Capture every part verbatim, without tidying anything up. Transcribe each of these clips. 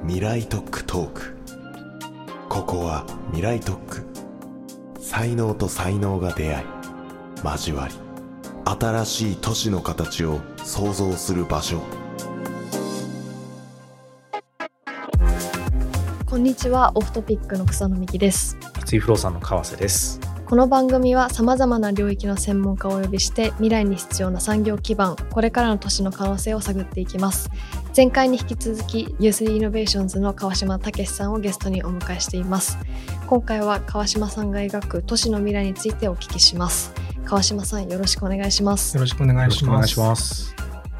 未来特区トーク。ここは未来特区。才能と才能が出会い交わり、新しい都市の形を創造する場所。 こんにちは、オフトピックの草野美希です。 三井不動産の川瀬です。 この番組はさまざまな領域の専門家をお呼びして未来に必要な産業基盤、これからの都市の可能性を探っていきます。前回に引き続き ユースリー イノベーションズの川島武さんをゲストにお迎えしています。今回は川島さんが描く都市の未来についてお聞きします。川島さん、よろしくお願いします。 よろしくお願いします。ます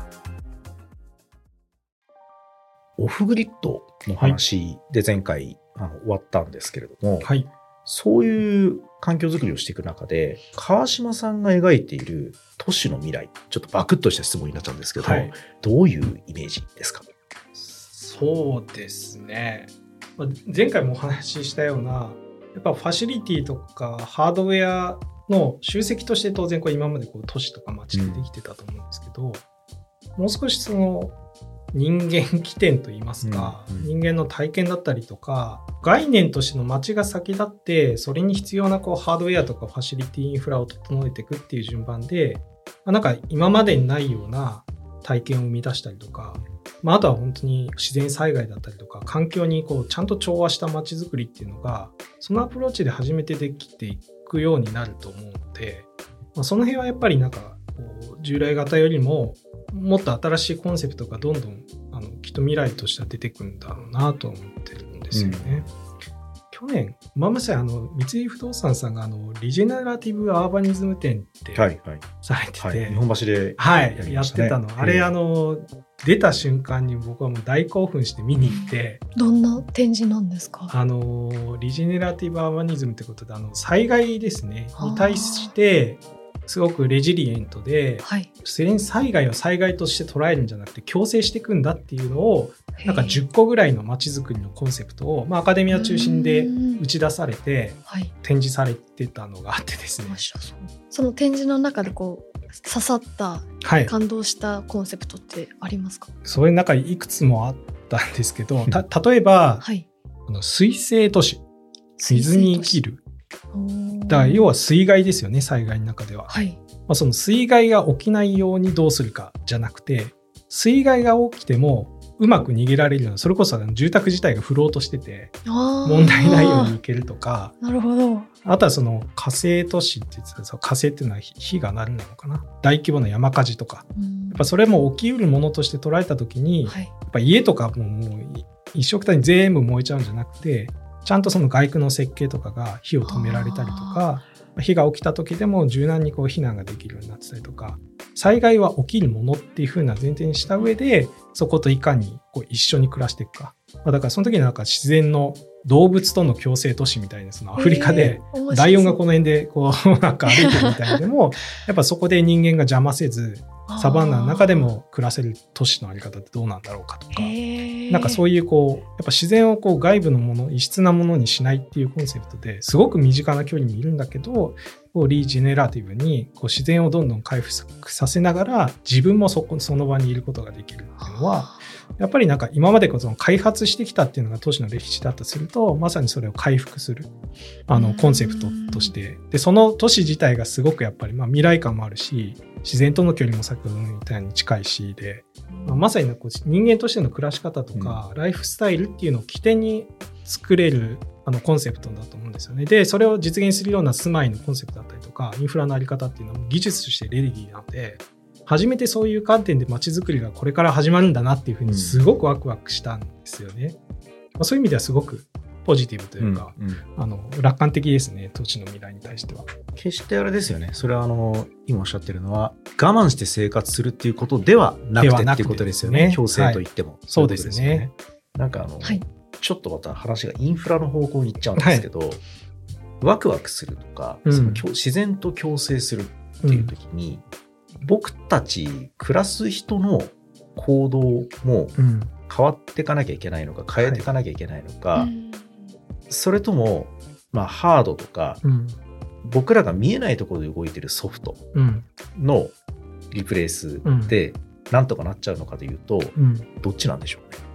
オフグリッドの話で前回、はい、あの終わったんですけれども、はい、そういう環境づくりをしていく中で川島さんが描いている都市の未来、ちょっとバクッとした質問になっちゃうんですけど、はい、どういうイメージですか？ そうですね、前回もお話ししたようなやっぱファシリティとかハードウェアの集積として当然こう今までこう都市とか街ってできてたと思うんですけど、うん、もう少しその人間起点といいますか、うんうん、人間の体験だったりとか概念としての街が先立ってそれに必要なこうハードウェアとかファシリティインフラを整えていくっていう順番で、まあ、なんか今までにないような体験を生み出したりとか、まあ、あとは本当に自然災害だったりとか環境にこうちゃんと調和した街づくりっていうのがそのアプローチで初めてできていくようになると思うので、まあ、その辺はやっぱりなんかこう従来型よりももっと新しいコンセプトがどんどんあのきっと未来としては出てくるんだろうなと思ってるんですよね、うん、去年、まあ、まさにあの三井不動産さんがあのリジェネラティブアーバニズム展ってされてて、 はいはい、日本橋でや, はい、やってたの、あれあの出た瞬間に僕はもう大興奮して見に行って、 どんな展示なんですか？ あのリジェネラティブアーバニズムってことであの災害ですねに対してすごくレジリエントで、はい、自然災害を災害として捉えるんじゃなくて共生していくんだっていうのをなんかじゅっこぐらいの街づくりのコンセプトを、まあ、アカデミア中心で打ち出されて展示されてたのがあってですね、はい、 その展示の中でこう刺さった、はい、感動したコンセプトってありますか？ それの中にいくつもあったんですけど、た例えば、はい、あの水生都市、水に生きる、だから要は水害ですよね、災害の中では、はいまあ、その水害が起きないようにどうするかじゃなくて、水害が起きてもうまく逃げられるような、それこそ住宅自体がフロートしてて問題ないように行けるとか、 なるほど。あとはその火星都市って言ってた、火星っていうのは火がなるなのかな、大規模な山火事とか、やっぱそれも起きうるものとして捉えた時に、はい、やっぱ家とかももう一緒くたに全部燃えちゃうんじゃなくて、ちゃんとその外区の設計とかが火を止められたりとか、火が起きた時でも柔軟にこう避難ができるようになってたりとか、災害は起きるものっていう風な前提にした上でそこといかにこう一緒に暮らしていくか、まあ、だからその時になんか自然の動物との共生都市みたいな、そのアフリカでライオンがこの辺でこうなんか歩いてるみたいなでもやっぱそこで人間が邪魔せずサバンナの中でも暮らせる都市のあり方ってどうなんだろうかとか、なんかそういうこうやっぱ自然をこう外部のもの、異質なものにしないっていうコンセプトですごく身近な距離にいるんだけど、こうリジェネラティブにこう自然をどんどん回復させながら自分もそこその場にいることができるっていうのは、やっぱりなんか今までこの開発してきたっていうのが都市の歴史だとすると、まさにそれを回復するあのコンセプトとして、でその都市自体がすごくやっぱりまあ未来感もあるし、自然との距離も先ほど言ったように近いしで、まあ、まさにこう人間としての暮らし方とか、うん、ライフスタイルっていうのを起点に作れるあのコンセプトだと思うんですよね。でそれを実現するような住まいのコンセプトだったりとかインフラのあり方っていうのは技術としてレディーなので、初めてそういう観点で街づくりがこれから始まるんだなっていうふうにすごくワクワクしたんですよね、うんまあ、そういう意味ではすごくポジティブというか、うんうん、あの楽観的ですね、都市の未来に対しては。 決してあれですよね、それはあの今おっしゃってるのは我慢して生活するっていうことではなくてっていうことですよね。強制といっても、はい、 そうですね。 なんかあの、はい、ちょっとまた話がインフラの方向に行っちゃうんですけど、はい、ワクワクするとか、うん、その自然と共生するっていう時に、うん、僕たち暮らす人の行動も変わっていかなきゃいけないのか、変えていかなきゃいけないのか、はい、それとも、まあ、ハードとか、うん、僕らが見えないところで動いてるソフトのリプレイスでなんとかなっちゃうのかというと、うん、どっちなんでしょうね。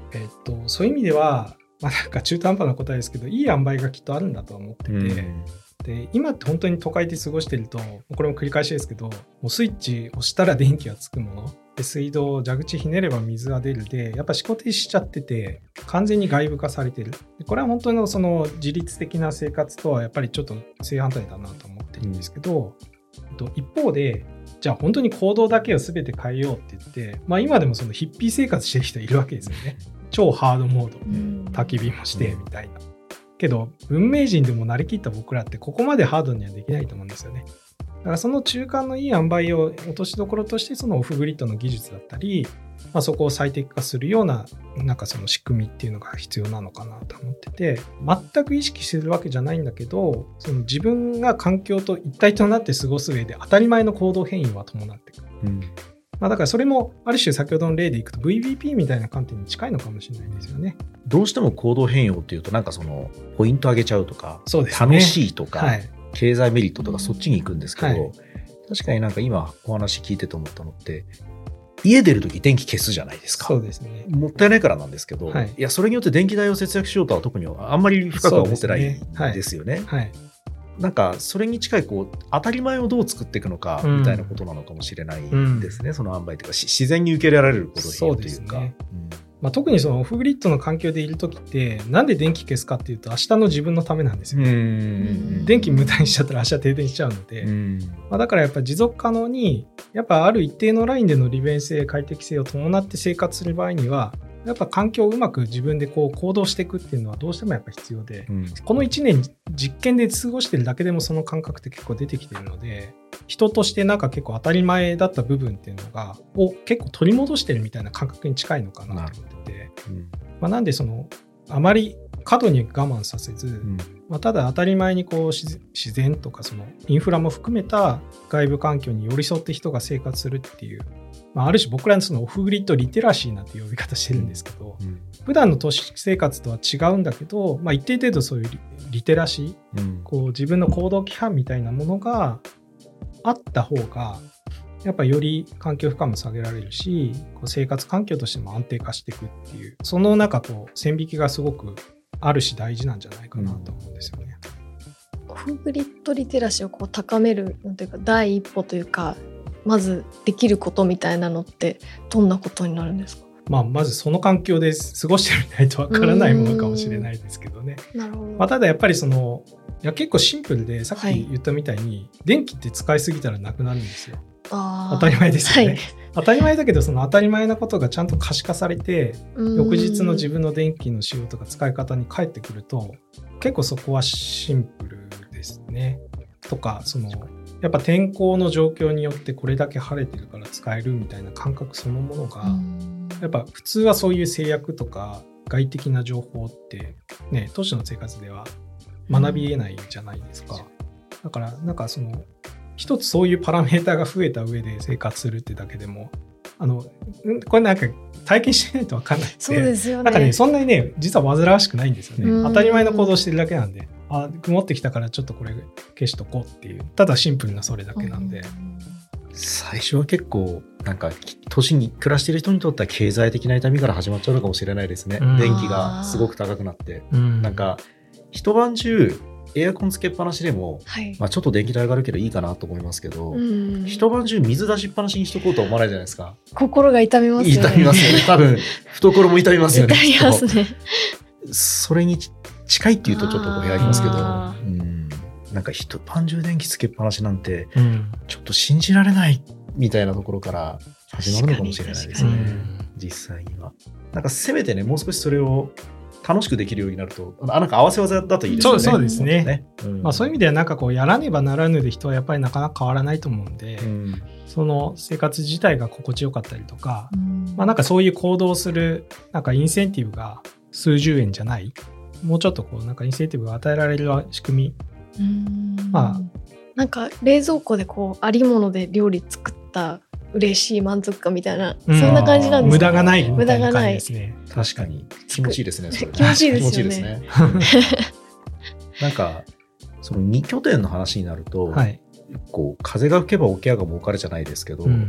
えー、っとそういう意味では、まあ、なんか中途半端な答えですけど、いい塩梅がきっとあるんだとは思ってて、うん、で今って本当に都会で過ごしてると、これも繰り返しですけど、もうスイッチ押したら電気がつくもので、水道蛇口ひねれば水が出るで、やっぱ思考停止しちゃってて、完全に外部化されてる。でこれは本当のその自律的な生活とはやっぱりちょっと正反対だなと思ってるんですけど、うん、一方でじゃあ本当に行動だけを全て変えようって言って、まあ、今でもそのヒッピー生活してる人いるわけですよね。超ハードモード、焚き火もしてみたいな、うん、けど文明人でもなりきった僕らってここまでハードにはできないと思うんですよね。だからその中間のいい塩梅を落としどころとして、そのオフグリッドの技術だったり、まあ、そこを最適化するようななんかその仕組みっていうのが必要なのかなと思ってて、全く意識してるわけじゃないんだけど、その自分が環境と一体となって過ごす上で当たり前の行動変異は伴ってくる、うんまあ、だからそれもある種先ほどの例でいくと ブイビーピー みたいな観点に近いのかもしれないですよね。 どうしても行動変容っていうとなんかそのポイント上げちゃうとか、 そうですね、 楽しいとか、はい、経済メリットとかそっちに行くんですけど、はい、確かになんか今お話聞いてて思ったのって、家出るとき電気消すじゃないですか。 そうですね。 もったいないからなんですけど、はい、いやそれによって電気代を節約しようとは特にあんまり深くは思ってないんですよね。はいはい、なんかそれに近いこう当たり前をどう作っていくのかみたいなことなのかもしれないですね。うん、その塩梅というか自然に受け入れられることというか。そうですね。うんまあ、特にそのオフグリッドの環境でいるときってなんで電気消すかっていうと明日の自分のためなんですよ。うん電気無駄にしちゃったら明日停電しちゃうので、うんまあ、だからやっぱり持続可能にやっぱある一定のラインでの利便性快適性を伴って生活する場合にはやっぱ環境をうまく自分でこう行動していくっていうのはどうしてもやっぱ必要で、うん、このいちねん実験で過ごしてるだけでもその感覚って結構出てきてるので、人としてなんか結構当たり前だった部分っていうのがを結構取り戻してるみたいな感覚に近いのかなと思ってて、うんまあ、なんでそのあまり過度に我慢させず、うんまあ、ただ当たり前にこう自然とかそのインフラも含めた外部環境に寄り添って人が生活するっていう、まあ、ある種僕らのそのオフグリッドリテラシーなんて呼び方してるんですけど、うん、普段の都市生活とは違うんだけど、まあ、一定程度そういう リ, リテラシー、うん、こう自分の行動規範みたいなものがあった方がやっぱより環境負荷も下げられるし、こう生活環境としても安定化していくっていう、その中と線引きがすごくあるし大事なんじゃないかなと思うんですよね。 オフグリッドリテラシーをこう高めるなんていうか第一歩というか、まずできることみたいなのってどんなことになるんですか？ まあ、まずその環境で過ごしてみないとわからないものかもしれないですけどね。 なるほど。 まあ、ただやっぱりそのいや結構シンプルで、さっき言ったみたいに、はい、電気って使いすぎたらなくなるんですよ。あ、当たり前ですよね、はい、当たり前だけどその当たり前なことがちゃんと可視化されて翌日の自分の電気の使用とか使い方に返ってくると結構そこはシンプルですね。とかそのやっぱ天候の状況によってこれだけ晴れてるから使えるみたいな感覚そのものがやっぱ普通はそういう制約とか外的な情報ってね、都市の生活では学び得ないじゃないですか。だからなんかその一つそういうパラメーターが増えた上で生活するってだけでもあのこれなんか体験してないと分かんないんで、 そうですよね。 なんかねそんなにね実は煩わしくないんですよね。当たり前の行動してるだけなんで、あ曇ってきたからちょっとこれ消しとこうっていう、ただシンプルなそれだけなんで、 最初は結構なんか都市に暮らしている人にとっては経済的な痛みから始まっちゃうのかもしれないですね。電気がすごく高くなって、なんか一晩中エアコンつけっぱなしでも、はいまあ、ちょっと電気代上がるけどいいかなと思いますけど、一晩中水出しっぱなしにしとこうとは思わないじゃないですか。 心が痛みますよね。 痛みますよね。多分懐も痛みますよね。 痛みますね。 それに近いっていうとちょっと語弊ありますけど、うんなんか一晩中電気つけっぱなしなんて、うん、ちょっと信じられないみたいなところから始まるのかもしれないですね。実際にはなんかせめてねもう少しそれを楽しくできるようになると、あなんか合わせ技だといいですよね。 そう、そうですね。ねうんまあ、そういう意味ではなんかこうやらねばならぬで人はやっぱりなかなか変わらないと思うんで、うん、その生活自体が心地よかったりとか、うんまあ、なんかそういう行動するなんかインセンティブが数十円じゃない、もうちょっとこうなんかインセンティブが与えられる仕組み、うんまあなんか冷蔵庫でこうありもので料理作った嬉しい満足感みたいな、うん、そんな感じなんですか、ね、 無駄がないみたいな感じですね。 確かに気持ちいいですね。それ気持ちいいですよね。 ねなんかその二拠点の話になると、はい、こう風が吹けば桶屋が儲かるじゃないですけど、うん、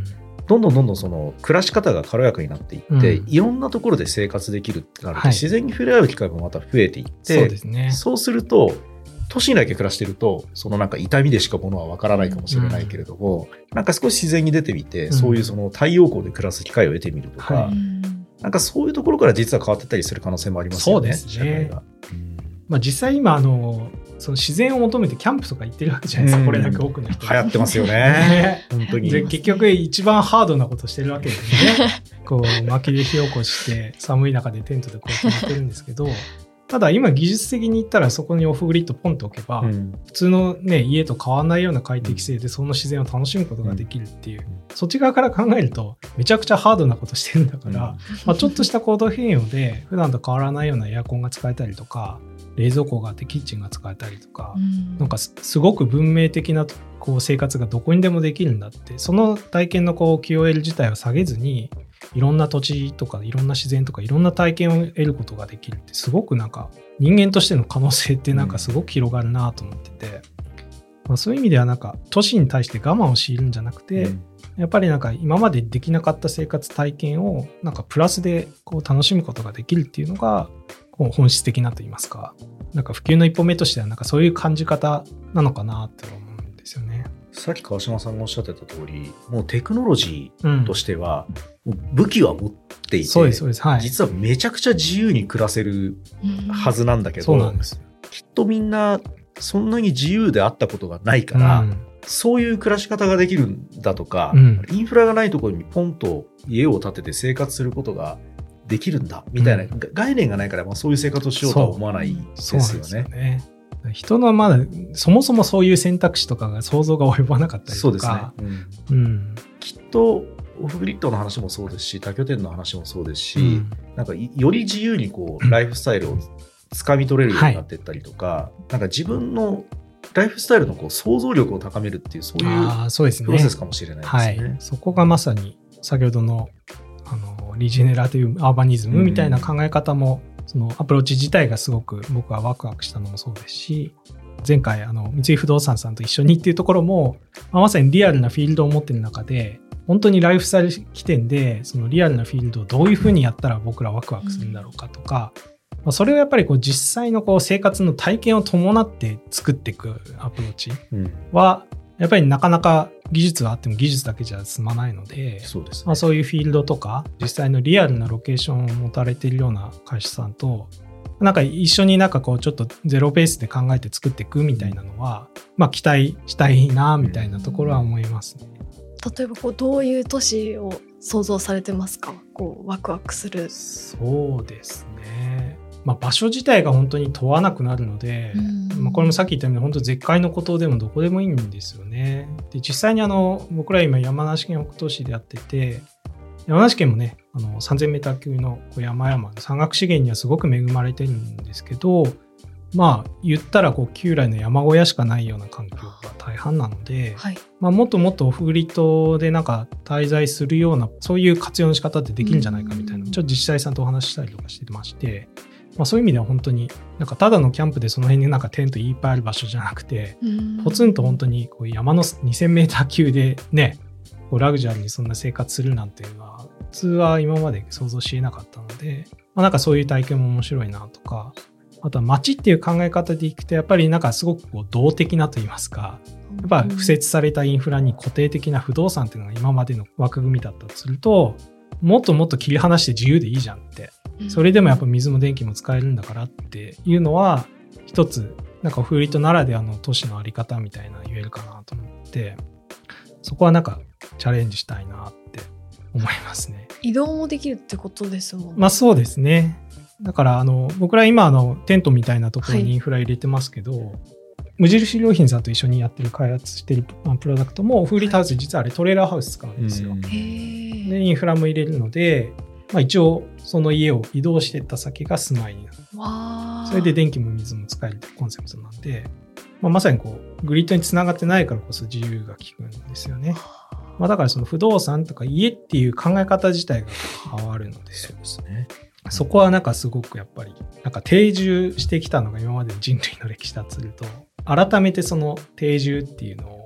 どんどんどんどんその暮らし方が軽やかになっていって、うん、いろんなところで生活できるってなると、はい、自然に触れ合う機会もまた増えていって、 そうですね、 そうすると都市にだけ暮らしてるとそのなんか痛みでしかものはわからないかもしれないけれども、うん、なんか少し自然に出てみて、うん、そういうその太陽光で暮らす機会を得てみるとか、はい、なんかそういうところから実は変わってたりする可能性もありますよね。 そうですね、うん、まあ、実際今あのその自然を求めてキャンプとか行ってるわけじゃないですか、うん、これだけ多くの人流行ってますよね本当に。 で結局一番ハードなことしてるわけですねこう薪で火起こして寒い中でテントでこうやって寝てるんですけど、ただ今技術的に言ったらそこにオフグリッドポンと置けば、うん、普通の、ね、家と変わらないような快適性でその自然を楽しむことができるっていう、うん、そっち側から考えるとめちゃくちゃハードなことしてるんだから、うんまあ、ちょっとした行動変容で普段と変わらないようなエアコンが使えたりとか冷蔵庫があってキッチンが使えたりとか、うん、なんかすごく文明的なこう生活がどこにでもできるんだって、その体験のこう キューオーエル 自体を下げずにいろんな土地とかいろんな自然とかいろんな体験を得ることができるってすごくなんか人間としての可能性ってなんかすごく広がるなと思ってて、うんまあ、そういう意味ではなんか都市に対して我慢を強いるんじゃなくて、うん、やっぱりなんか今までできなかった生活体験をなんかプラスでこう楽しむことができるっていうのがこう本質的なと言いますか、なんか普及の一歩目としてはなんかそういう感じ方なのかなって思うんですよね。 さっき川島さんがおっしゃってた通り、もうテクノロジーとしては、もう武器は持っていて、 そうですそうです、はい、 実はめちゃくちゃ自由に暮らせるはずなんだけど、 そうなんです。 きっとみんなそんなに自由であったことがないから、うん、そういう暮らし方ができるんだとか、うん、インフラがないところにポンと家を建てて生活することができるんだみたいな、うん、概念がないから、まあ、そういう生活をしようとは思わないですよね。そうなんですよね。 人のまだそもそもそういう選択肢とかが想像が及ばなかったりとか、 そうですね、うんうん、きっとオフグリッドの話もそうですし多拠点の話もそうですし、うん、なんかより自由にこうライフスタイルをつかみ取れるようになっていったりとか、はい、なんか自分のライフスタイルのこう想像力を高めるっていうそういうプロセスかもしれないですね。 はい、そこがまさに先ほどのあのリジェネラティブアーバニズムみたいな考え方も、うん、そのアプローチ自体がすごく僕はワクワクしたのもそうですし、前回あの三井不動産さんと一緒にっていうところも、まあ、まさにリアルなフィールドを持っている中で本当にライフスタイル起点でそのリアルなフィールドをどういうふうにやったら僕らワクワクするんだろうかとか、まあ、それをやっぱりこう実際のこう生活の体験を伴って作っていくアプローチは、やっぱりなかなか技術はあっても技術だけじゃ済まないので、 そうですね、 まあ、そういうフィールドとか実際のリアルなロケーションを持たれているような会社さんとなんか一緒になんかこうちょっとゼロベースで考えて作っていくみたいなのは、まあ期待したいなみたいなところは思いますね。 例えばこうどういう都市を想像されてますか？こうワクワクする。 そうですね。まあ、場所自体が本当に問わなくなるので、まあ、これもさっき言ったように本当絶海の孤島でもどこでもいいんですよね。で実際にあの僕ら今山梨県北杜市でやってて、山梨県もねあのさんぜんメーター級の山々の山岳資源にはすごく恵まれてるんですけど、まあ言ったらこう旧来の山小屋しかないような環境が大半なので、はい、まあ、もっともっとオフグリッドでなんか滞在するようなそういう活用の仕方ってできるんじゃないかみたいな、ちょっと自治体さんとお話ししたりとかしてまして、まあ、そういう意味では本当になんかただのキャンプでその辺になんかテントいっぱいある場所じゃなくて、ポツンと本当にこう山のにせんメーター級でねこうラグジュアリーにそんな生活するなんていうのは普通は今まで想像し得なかったので、まあ、なんかそういう体験も面白いなとか、あとは街っていう考え方でいくとやっぱりなんかすごくこう動的なと言いますか、やっぱ敷設されたインフラに固定的な不動産っていうのが今までの枠組みだったとすると、もっともっと切り離して自由でいいじゃんって、それでもやっぱ水も電気も使えるんだからっていうのは一つなんかオフグリッドならではの都市のあり方みたいな言えるかなと思って、そこはなんかチャレンジしたいなって思いますね。 移動もできるってことですもんね。 まあそうですね。だからあの僕ら今あのテントみたいなところにインフラ入れてますけど、はい、無印良品さんと一緒にやってる開発してるプロダクトもオフグリッドハウス、実はあれトレーラーハウス使うんですよ。へー。でインフラも入れるので、まあ、一応その家を移動していった先が住まいになる。わー。それで電気も水も使えるというコンセプトなんで、まあ、まさにこうグリッドにつながってないからこそ自由が利くんですよね。まあ、だからその不動産とか家っていう考え方自体が変わるので、そうですね。そこはなんかすごくやっぱりなんか定住してきたのが今までの人類の歴史だとすると、改めてその定住っていうのを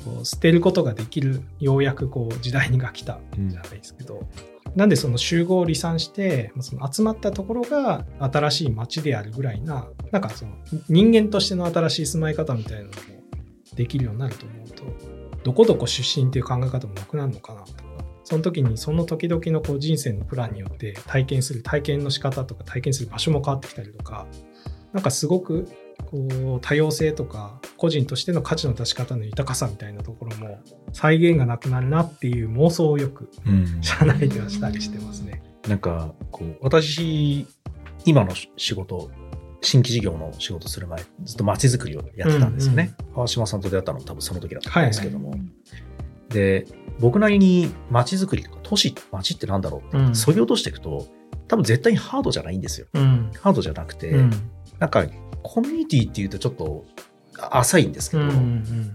こう捨てることができるようやくこう時代が来たじゃないですけど、うん、なんでその集合を離散してその集まったところが新しい街であるぐらいな、なんかその人間としての新しい住まい方みたいなのもできるようになると思うと、どこどこ出身っていう考え方もなくなるのかなとか、その時にその時々のこう人生のプランによって体験する体験の仕方とか体験する場所も変わってきたりとか、なんかすごくこう多様性とか個人としての価値の出し方の豊かさみたいなところも再現がなくなるなっていう妄想をよく社内ではしたりしてますね。 うん、なんかこう私今の仕事新規事業の仕事する前ずっと街づくりをやってたんですよね。うんうん、川島さんと出会ったのも多分その時だったんですけども、はいはい、で僕なりに街づくりとか都市街ってなんだろうってそぎ落としていくと、多分絶対にハードじゃないんですよ。うん、ハードじゃなくて、うん、なんかコミュニティっていうとちょっと浅いんですけど、うんうん、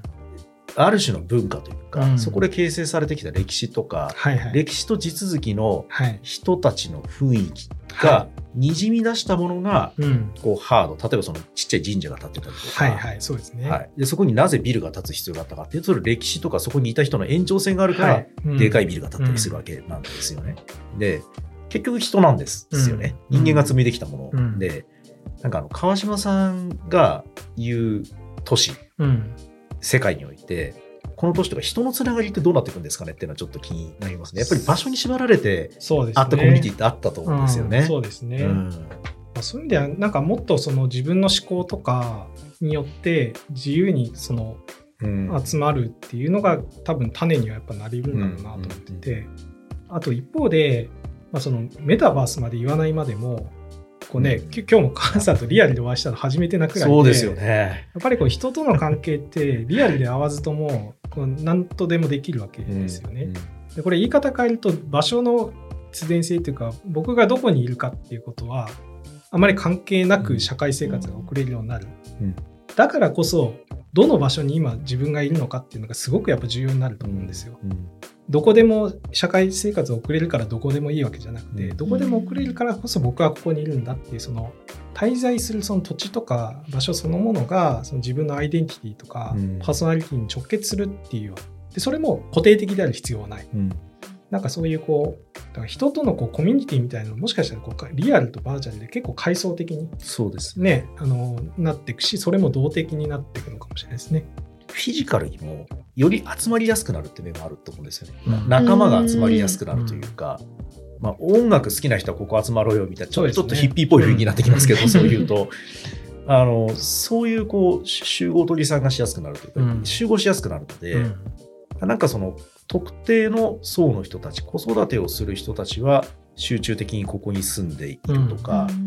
ある種の文化というか、うん、そこで形成されてきた歴史とか、はいはい、歴史と地続きの人たちの雰囲気がにじみ出したものが、はい、こうハード、例えばそのちっちゃい神社が建ってたりとか、 はいはい、そうですね、 はい、でそこになぜビルが建つ必要があったかっていうと、それ歴史とかそこにいた人の延長線があるから、はい、うん、でかいビルが建ったりするわけなんですよね。うん、で結局人なんですよね、うん、人間が紡いできたもの、うん、でなんかあの川島さんが言う都市、うん、世界においてこの都市とか人のつながりってどうなっていくんですかねっていうのはちょっと気になりますね。やっぱり場所に縛られてあったコミュニティってあったと思うんですよね。 うん、そうですね、うん、そういう意味ではなんかもっとその自分の思考とかによって自由にその集まるっていうのが多分種にはやっぱなりるんだろうなと思ってて、うんうんうん、あと一方で、まあ、そのメタバースまで言わないまでもこうね、うん、今日もカンさんとリアルでお会いしたの初めてなくらいで、 そうですよね。 やっぱりこう人との関係ってリアルで会わずともこう何とでもできるわけですよね。うんうん、でこれ言い方変えると場所の必然性というか、僕がどこにいるかっていうことはあまり関係なく社会生活が送れるようになる。うん、だからこそどの場所に今自分がいるのかっていうのがすごくやっぱ重要になると思うんですよ。うんうん、どこでも社会生活を送れるからどこでもいいわけじゃなくて、どこでも送れるからこそ僕はここにいるんだっていう、その滞在するその土地とか場所そのものがその自分のアイデンティティとかパーソナリティに直結するっていう、でそれも固定的である必要はない、うん、なんかそういうこうだから人とのこうコミュニティみたいなのもしかしたらこうリアルとバーチャルで結構階層的に、 そうですね、あのなっていくし、それも動的になっていくのかもしれないですね。 フィジカルにもより集まりやすくなるって面もあると思うんですよね。うん、仲間が集まりやすくなるというか、うん、まあ、音楽好きな人はここ集まろうよみたいな、ちょっと、ね、ちょっとヒッピーっぽい雰囲気になってきますけど、うん、そういうとあのそういうこう集合と離散がしやすくなるというか、うん、集合しやすくなるので、うん、なんかその特定の層の人たち、子育てをする人たちは集中的にここに住んでいるとか、うん、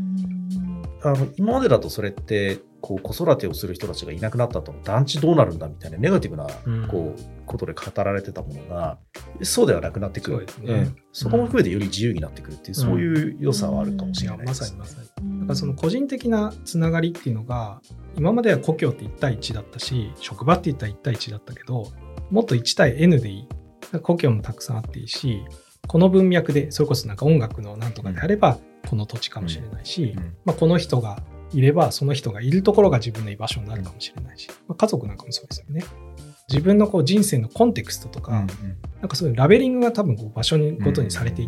あの今までだとそれってこう子育てをする人たちがいなくなった後の団地どうなるんだみたいなネガティブなこう、うん、ことで語られてたものがそうではなくなってくる。 そうですね、うん、そこも含めてより自由になってくるっていう、うん、そういう良さはあるかもしれないです、ね。 うん、まさにまさに。だからその個人的なつながりっていうのが今までは故郷っていち対いちだったし、職場って言ったらいち対いちだったけど、もっといち対 エヌ でいい。故郷もたくさんあっていいし、この文脈でそれこそなんか音楽のなんとかであればこの土地かもしれないし、うんうん、まあ、この人がいればその人がいるところが自分の居場所になるかもしれないし、まあ、家族なんかもそうですよね。自分のこう人生のコンテクストとか、うんうん、なんかそういうラベリングが多分こう場所にごとにされていって、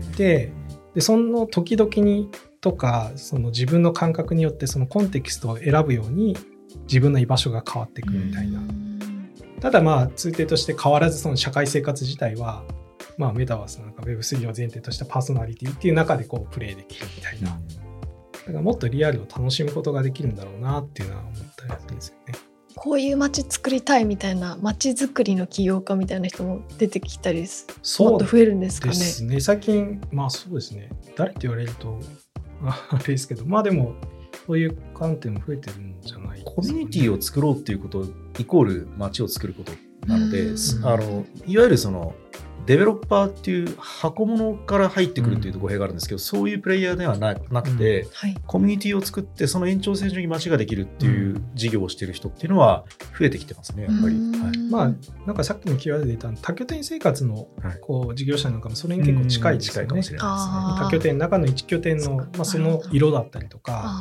でその時々にとかその自分の感覚によってそのコンテキストを選ぶように自分の居場所が変わってくるみたいな。ただまあ通底として変わらずその社会生活自体はまあメタバースなんか ウェブスリー を前提としたパーソナリティっていう中でこうプレイできるみたいな。だからもっとリアルを楽しむことができるんだろうなっていうのは思ったりするんですよね。 こういう街作りたいみたいな街づくりの起業家みたいな人も出てきたりする。もっと増えるんですかね。 そうですね。最近まあそうですね。誰って言われるとあれですけど、まあでもそういう観点も増えてるんじゃないですかね。 コミュニティを作ろうっていうことイコール街を作ることなので、あのいわゆるそのデベロッパーっていう箱物から入ってくるっていうと語弊があるんですけど、うん、そういうプレイヤーでは な, なくて、うんはい、コミュニティを作ってその延長線上に街ができるっていう事業をしている人っていうのは増えてきてますね、やっぱり。はい、 まあなんかさっきのキーワードで言った多拠点生活のこう事業者なんかもそれに結構近いですよね。近いかもしれないですね。多拠点の中の一拠点の、まあ、その色だったりとか、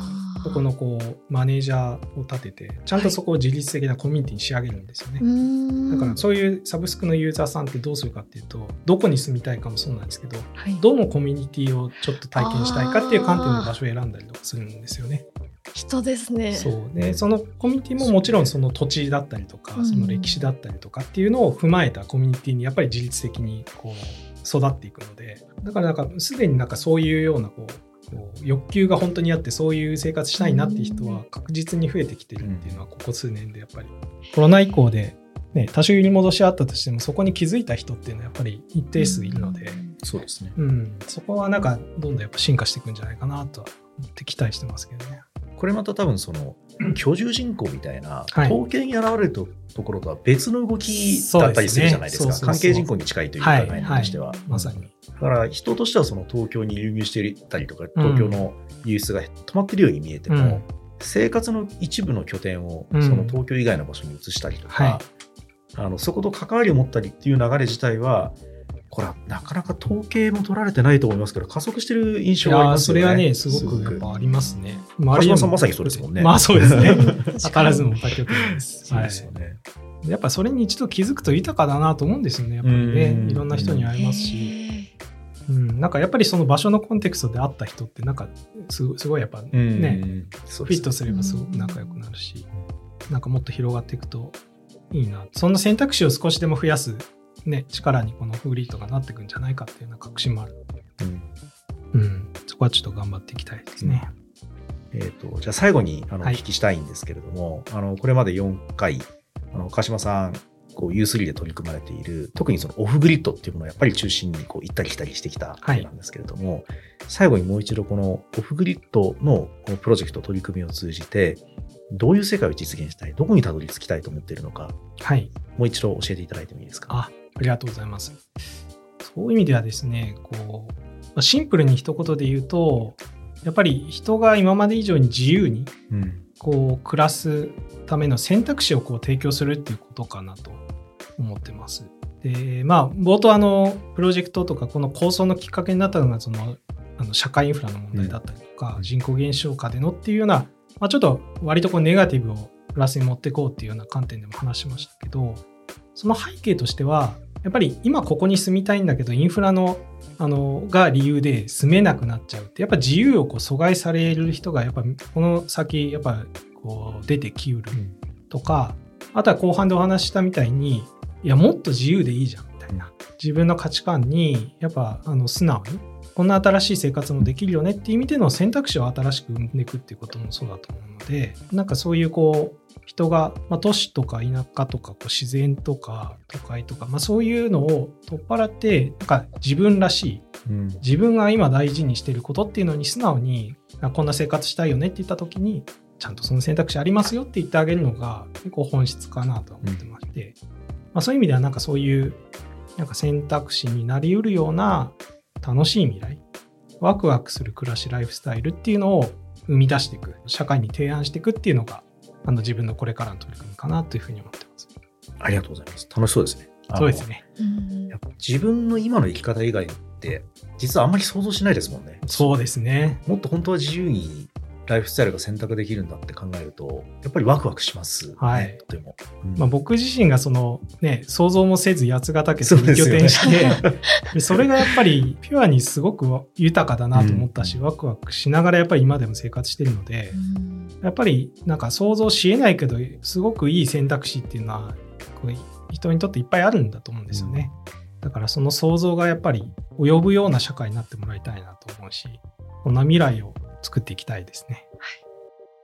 そこのこうマネージャーを立ててちゃんとそこを自律的なコミュニティに仕上げるんですよね、はい、だからそういうサブスクのユーザーさんってどうするかっていうとどこに住みたいかもそうなんですけど、はい、どのコミュニティをちょっと体験したいかっていう観点の場所を選んだりとかするんですよね。 人ですね。 そうでそのコミュニティももちろんその土地だったりとか、うん、その歴史だったりとかっていうのを踏まえたコミュニティにやっぱり自律的にこう育っていくので、だからなんかすでになんかそういうようなこうこう欲求が本当にあってそういう生活したいなっていう人は確実に増えてきてるっていうのはここ数年でやっぱりコロナ以降で、ね、多少揺り戻しあったとしてもそこに気づいた人っていうのはやっぱり一定数いるので、うん、 そうですね、 うん、そこはなんかどんどんやっぱ進化していくんじゃないかなとは思って期待してますけどね。 これまた多分その居住人口みたいな統計に現れるところとは別の動きだったりするじゃないですか。関係人口に近いという考えとしては、はいはい、 まさにだから人としてはその東京に流入していたりとか東京の輸出が止まっているように見えても、うん、生活の一部の拠点をその東京以外の場所に移したりとか、うんはい、あのそこと関わりを持ったりっていう流れ自体はこれはなかなか統計も取られてないと思いますけど加速してる印象がありますよね。 いやそれはねすごくやっぱありますね。 鹿島さんまさにそうですもんね。 まあそうですね。当たらずも他拠点です。 そうですよね、 はい。やっぱそれに一度気づくと豊かだなと思うんですよね。やっぱりねいろんな人に会えますし、うん、なんかやっぱりその場所のコンテクストで会った人ってなんかすごいやっぱねフィットすればすごく仲良くなるし、なんかもっと広がっていくといいな。そんな選択肢を少しでも増やす。ね、力にこのフリートがなっていくんじゃないかっていうような確信もある、うんうん、そこはちょっと頑張っていきたいですね、 うんえー、とじゃあ最後にあのお聞きしたいんですけれども、はい、あのこれまでよんかいあの鹿島さんこう ユースリー で取り組まれている特にそのオフグリッドっていうものをやっぱり中心にこう行ったり来たりしてきたわけなんですけれども、はい、最後にもう一度このオフグリッドのこのプロジェクト取り組みを通じてどういう世界を実現したいどこにたどり着きたいと思っているのか、はい、もう一度教えていただいてもいいですか。 あありがとうございます。そういう意味ではですね、こうシンプルに一言で言うと、やっぱり人が今まで以上に自由にこう暮らすための選択肢をこう提供するっていうことかなと思ってます。で、まあ冒頭あのプロジェクトとかこの構想のきっかけになったのがそのあの社会インフラの問題だったりとか、うん、人口減少下でのっていうような、まあ、ちょっと割とこうネガティブをプラスに持っていこうっていうような観点でも話しましたけど、その背景としてはやっぱり今ここに住みたいんだけどインフラの、あのが理由で住めなくなっちゃうってやっぱ自由をこう阻害される人がやっぱこの先やっぱこう出てきうるとか、あとは後半でお話ししたみたいにいやもっと自由でいいじゃんみたいな自分の価値観にやっぱあの素直にこんな新しい生活もできるよねっていう意味での選択肢を新しく生んでいくっていうこともそうだと思うので、なんかそういうこう人が、まあ、都市とか田舎とかこう自然とか都会とか、まあ、そういうのを取っ払ってなんか自分らしい、うん、自分が今大事にしていることっていうのに素直にこんな生活したいよねって言った時にちゃんとその選択肢ありますよって言ってあげるのが結構本質かなと思ってまして、うんまあ、そういう意味ではなんかそういうなんか選択肢になりうるような楽しい未来ワクワクする暮らしライフスタイルっていうのを生み出していく社会に提案していくっていうのがあの自分のこれからの取り組みかなというふうに思ってます。 ありがとうございます。楽しそうですね。 そうですね。 やっぱ自分の今の生き方以外って実はあんまり想像しないですもんね。 そうですね。 もっと本当は自由にライフスタイルが選択できるんだって考えるとやっぱりワクワクします、ね。はい。とても。 うんまあ、僕自身がそのね想像もせず八ヶ岳に拠点して そ, でそれがやっぱりピュアにすごく豊かだなと思ったし、うん、ワクワクしながらやっぱり今でも生活してるので。うんやっぱりなんか想像しえないけどすごくいい選択肢っていうのはこう人にとっていっぱいあるんだと思うんですよね。だからその想像がやっぱり及ぶような社会になってもらいたいなと思うし、こんな未来を作っていきたいですね。はい、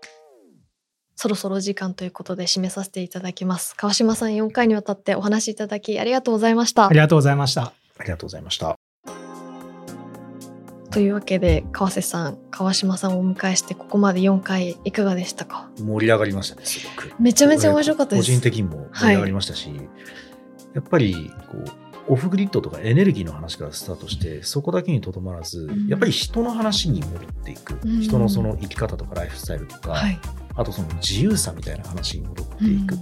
そろそろ時間ということで締めさせていただきます。川島さんよんかいにわたってお話しいただきありがとうございました。 ありがとうございました。 ありがとうございました。 というわけで川瀬さん川島さんをお迎えしてここまでよんかいいかがでしたか。 盛り上がりましたね。すごくめちゃめちゃ面白かったです。 個人的にも盛り上がりましたし、はい、やっぱりこうオフグリッドとかエネルギーの話からスタートしてそこだけにとどまらず、うん、やっぱり人の話に戻っていく、うん、人のその生き方とかライフスタイルとか、はい、あとその自由さみたいな話に戻っていく、うん、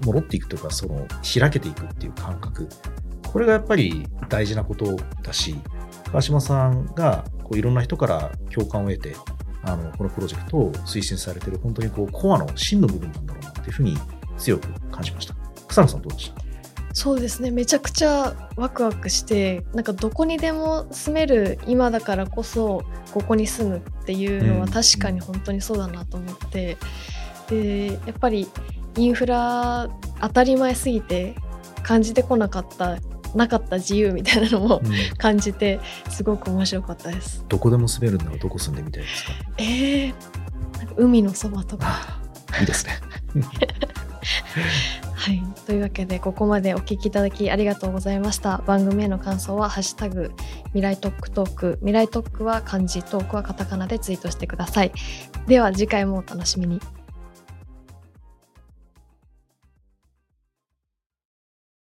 戻っていくというかその開けていくっていう感覚、これがやっぱり大事なことだし、川島さんがこういろんな人から共感を得てあのこのプロジェクトを推進されている本当にこうコアの芯の部分なんだろうなっていうふうに強く感じました。草野さんどうでした？ そうですね、めちゃくちゃワクワクして、なんかどこにでも住める今だからこそここに住むっていうのは確かに本当にそうだなと思って、うんうん、でやっぱりインフラ当たり前すぎて感じてこなかったなかった自由みたいなのも、うん、感じてすごく面白かったです。 どこでも住めるんならどこ住んでみたいですか？ えー、なんか海のそばとかいいですねはい、というわけでここまでお聞きいただきありがとうございました。番組への感想はハッシュタグ未来トークトーク、未来トークは漢字、トークはカタカナでツイートしてください。では次回もお楽しみに。